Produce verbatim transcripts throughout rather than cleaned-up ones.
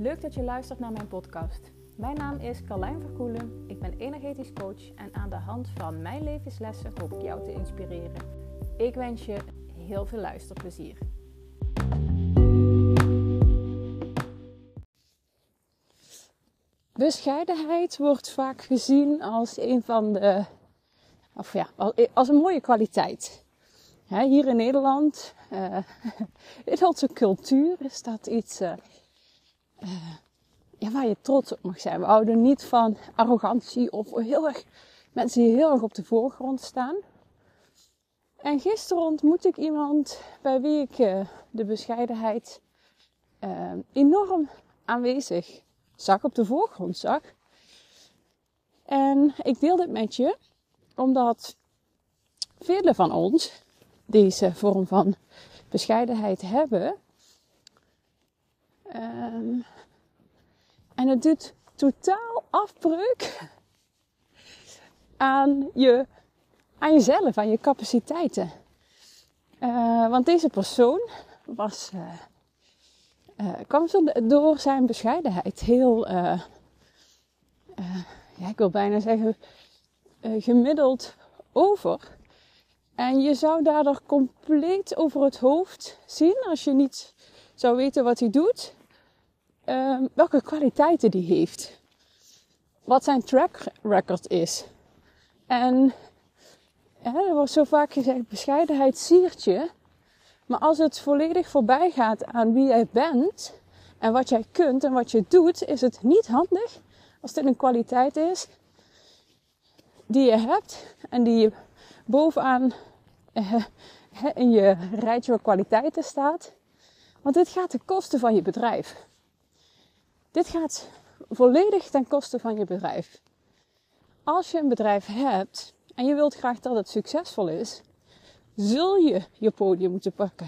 Leuk dat je luistert naar mijn podcast. Mijn naam is Carlijn Verkoelen, ik ben energetisch coach en aan de hand van mijn levenslessen hoop ik jou te inspireren. Ik wens je heel veel luisterplezier. Bescheidenheid wordt vaak gezien als een van de, of ja, als een mooie kwaliteit. He, hier in Nederland, uh, in onze cultuur is dat iets uh, uh, ja, waar je trots op mag zijn. We houden niet van arrogantie of heel erg, mensen die heel erg op de voorgrond staan. En gisteren ontmoette ik iemand bij wie ik uh, de bescheidenheid uh, enorm aanwezig zag, op de voorgrond zag. En ik deel dit met je, omdat velen van ons deze vorm van bescheidenheid hebben. Um, en het doet totaal afbreuk aan, je, aan jezelf, aan je capaciteiten. Uh, want deze persoon was, uh, uh, kwam zo door zijn bescheidenheid heel, uh, uh, ja, ik wil bijna zeggen, uh, gemiddeld over. En je zou daardoor compleet over het hoofd zien, als je niet zou weten wat hij doet, uh, welke kwaliteiten die heeft. Wat zijn track record is. En ja, er wordt zo vaak gezegd, bescheidenheid siert je. Maar als het volledig voorbij gaat aan wie jij bent en wat jij kunt en wat je doet, is het niet handig als dit een kwaliteit is die je hebt en die je bovenaan uh, in je rijtje kwaliteiten staat. Want dit gaat ten koste van je bedrijf. Dit gaat volledig ten koste van je bedrijf. Als je een bedrijf hebt en je wilt graag dat het succesvol is, zul je je podium moeten pakken.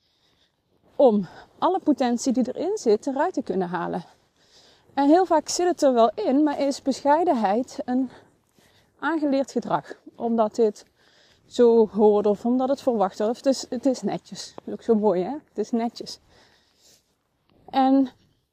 Om alle potentie die erin zit eruit te kunnen halen. En heel vaak zit het er wel in, maar is bescheidenheid een aangeleerd gedrag. Omdat dit zo hoort of omdat het verwacht wordt. Of het is, het is netjes. Dat is ook zo mooi, hè? Het is netjes. En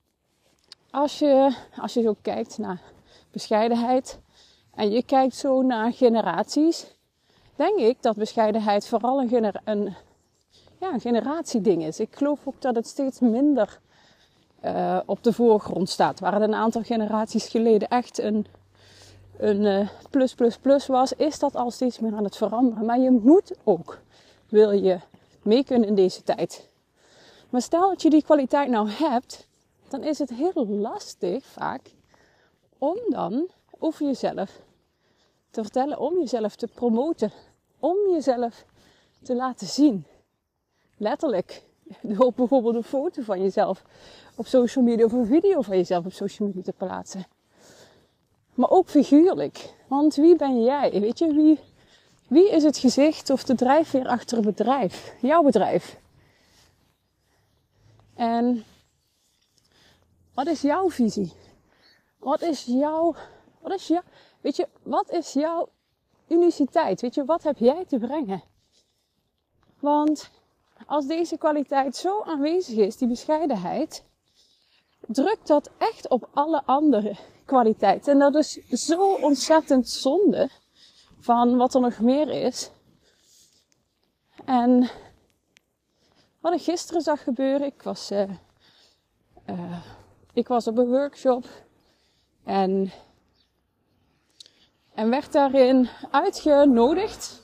als je, als je zo kijkt naar bescheidenheid en je kijkt zo naar generaties, denk ik dat bescheidenheid vooral een, genera- een, ja, een generatieding is. Ik geloof ook dat het steeds minder uh, op de voorgrond staat. Waar het een aantal generaties geleden echt een een uh, plus plus plus was, is dat al steeds meer aan het veranderen. Maar je moet ook, wil je mee kunnen in deze tijd. Maar stel dat je die kwaliteit nou hebt, dan is het heel lastig vaak om dan over jezelf te vertellen, om jezelf te promoten, om jezelf te laten zien. Letterlijk, door bijvoorbeeld een foto van jezelf op social media of een video van jezelf op social media te plaatsen. Maar ook figuurlijk. Want wie ben jij? Weet je, wie, wie is het gezicht of de drijfveer achter het bedrijf? Jouw bedrijf. En wat is jouw visie? Wat is jouw, wat is jouw, weet je, wat is jouw uniciteit? Weet je, wat heb jij te brengen? Want als deze kwaliteit zo aanwezig is, die bescheidenheid, drukt dat echt op alle andere kwaliteiten. En dat is zo ontzettend zonde van wat er nog meer is. En wat ik gisteren zag gebeuren, ik was, uh, uh, ik was op een workshop en, en werd daarin uitgenodigd,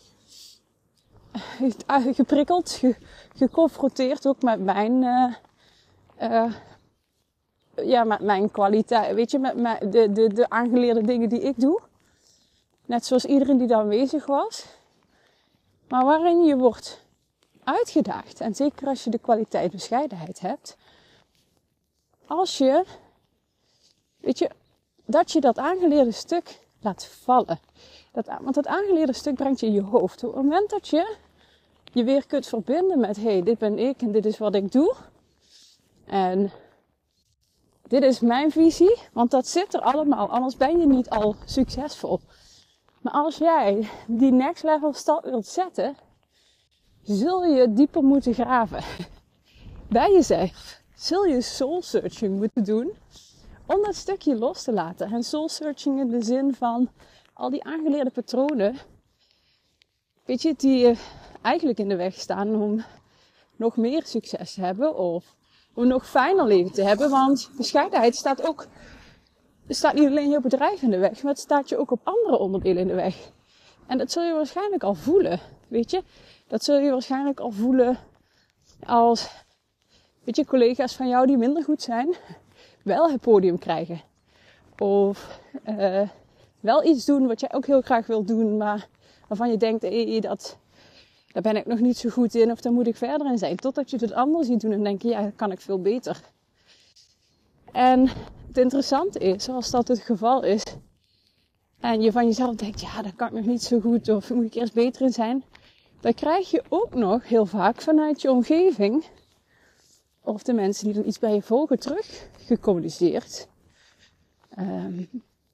geprikkeld, ge, geconfronteerd ook met mijn uh, uh, Ja, met mijn kwaliteit, weet je, met mijn, de, de, de aangeleerde dingen die ik doe. Net zoals iedereen die daar aanwezig was. Maar waarin je wordt uitgedaagd. En zeker als je de kwaliteit bescheidenheid hebt. Als je, weet je, dat je dat aangeleerde stuk laat vallen. Dat, want dat aangeleerde stuk brengt je in je hoofd. Op het moment dat je je weer kunt verbinden met, hé, hey, dit ben ik en dit is wat ik doe. En dit is mijn visie, want dat zit er allemaal, anders ben je niet al succesvol. Maar als jij die next level stap wilt zetten, zul je dieper moeten graven. Bij jezelf. zul je soul searching moeten doen om dat stukje los te laten. En soul searching in de zin van al die aangeleerde patronen, weet je, die je eigenlijk in de weg staan om nog meer succes te hebben of om een nog fijner leven te hebben. Want bescheidenheid staat ook, het staat niet alleen je bedrijf in de weg, maar het staat je ook op andere onderdelen in de weg. En dat zul je waarschijnlijk al voelen, weet je. Dat zul je waarschijnlijk al voelen als, weet je, collega's van jou die minder goed zijn, wel het podium krijgen. Of uh, wel iets doen wat jij ook heel graag wilt doen, maar waarvan je denkt, hey, dat, daar ben ik nog niet zo goed in of daar moet ik verder in zijn. Totdat je het ander ziet doen en denk je, ja, dat kan ik veel beter. En het interessante is, als dat het geval is, en je van jezelf denkt, ja, daar kan ik nog niet zo goed of moet ik eerst beter in zijn. Dan krijg je ook nog heel vaak vanuit je omgeving, of de mensen die dan iets bij je volgen, terug gecommuniceerd. Um,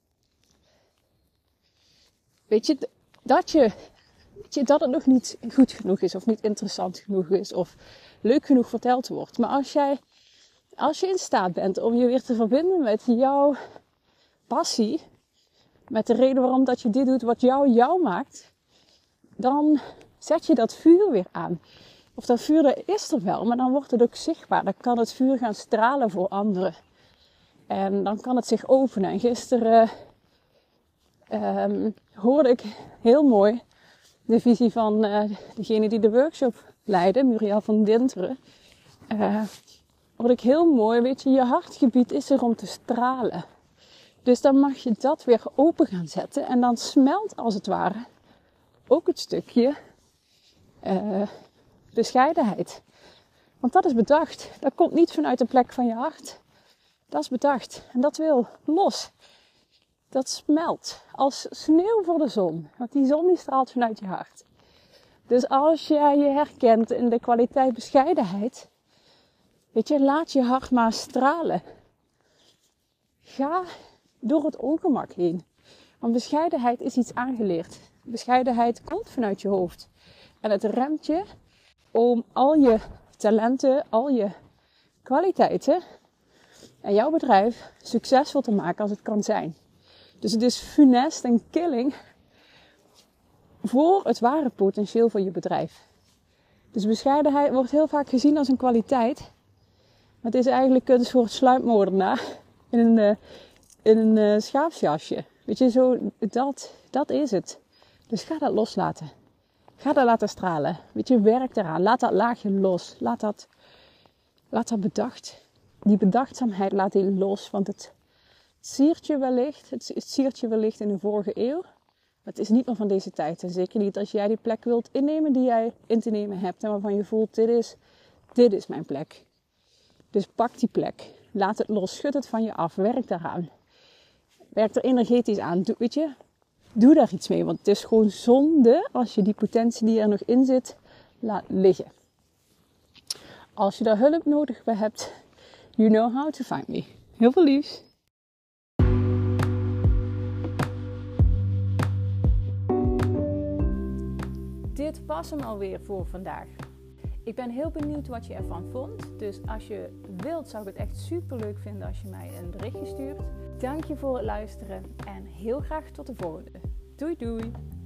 weet je, dat je, weet je, dat het nog niet goed genoeg is, of niet interessant genoeg is, of leuk genoeg verteld wordt. Maar als jij, als je in staat bent om je weer te verbinden met jouw passie, met de reden waarom dat je dit doet wat jou jou maakt, dan zet je dat vuur weer aan. Of dat vuur er is er wel, maar dan wordt het ook zichtbaar. Dan kan het vuur gaan stralen voor anderen. En dan kan het zich openen. En gisteren um, hoorde ik heel mooi de visie van uh, degene die de workshop leidde, Muriel van Dinteren. Uh, hoorde ik heel mooi, weet je, je hartgebied is er om te stralen. Dus dan mag je dat weer open gaan zetten. En dan smelt als het ware ook het stukje uh, bescheidenheid. Want dat is bedacht. Dat komt niet vanuit de plek van je hart. Dat is bedacht. En dat wil los. Dat smelt als sneeuw voor de zon. Want die zon die straalt vanuit je hart. Dus als jij je herkent in de kwaliteit bescheidenheid, weet je, laat je hart maar stralen. Ga door het ongemak heen. Want bescheidenheid is iets aangeleerd. Bescheidenheid komt vanuit je hoofd. En het remt je om al je talenten, al je kwaliteiten en jouw bedrijf succesvol te maken als het kan zijn. Dus het is funest en killing voor het ware potentieel van je bedrijf. Dus bescheidenheid wordt heel vaak gezien als een kwaliteit. Maar het is eigenlijk een soort sluipmoordenaar in een, uh, in een uh, schaapsjasje. Weet je, zo, dat, dat is het. Dus ga dat loslaten. Ga dat laten stralen. Weet je, werk eraan. Laat dat laagje los. Laat dat, laat dat bedacht. Die bedachtzaamheid laat die los. Want het siert je wellicht. Het, het siert je wellicht in de vorige eeuw. Maar het is niet meer van deze tijd. En zeker niet als jij die plek wilt innemen die jij in te nemen hebt. En waarvan je voelt, dit is, dit is mijn plek. Dus pak die plek. Laat het los. Schud het van je af. Werk daaraan. Werk er energetisch aan. Doe, weet je, doe daar iets mee. Want het is gewoon zonde als je die potentie die er nog in zit, laat liggen. Als je daar hulp nodig bij hebt, you know how to find me. Heel veel liefs. Dit was hem alweer voor vandaag. Ik ben heel benieuwd wat je ervan vond. Dus als je wilt, zou ik het echt super leuk vinden als je mij een berichtje stuurt. Dank je voor het luisteren en heel graag tot de volgende. Doei doei!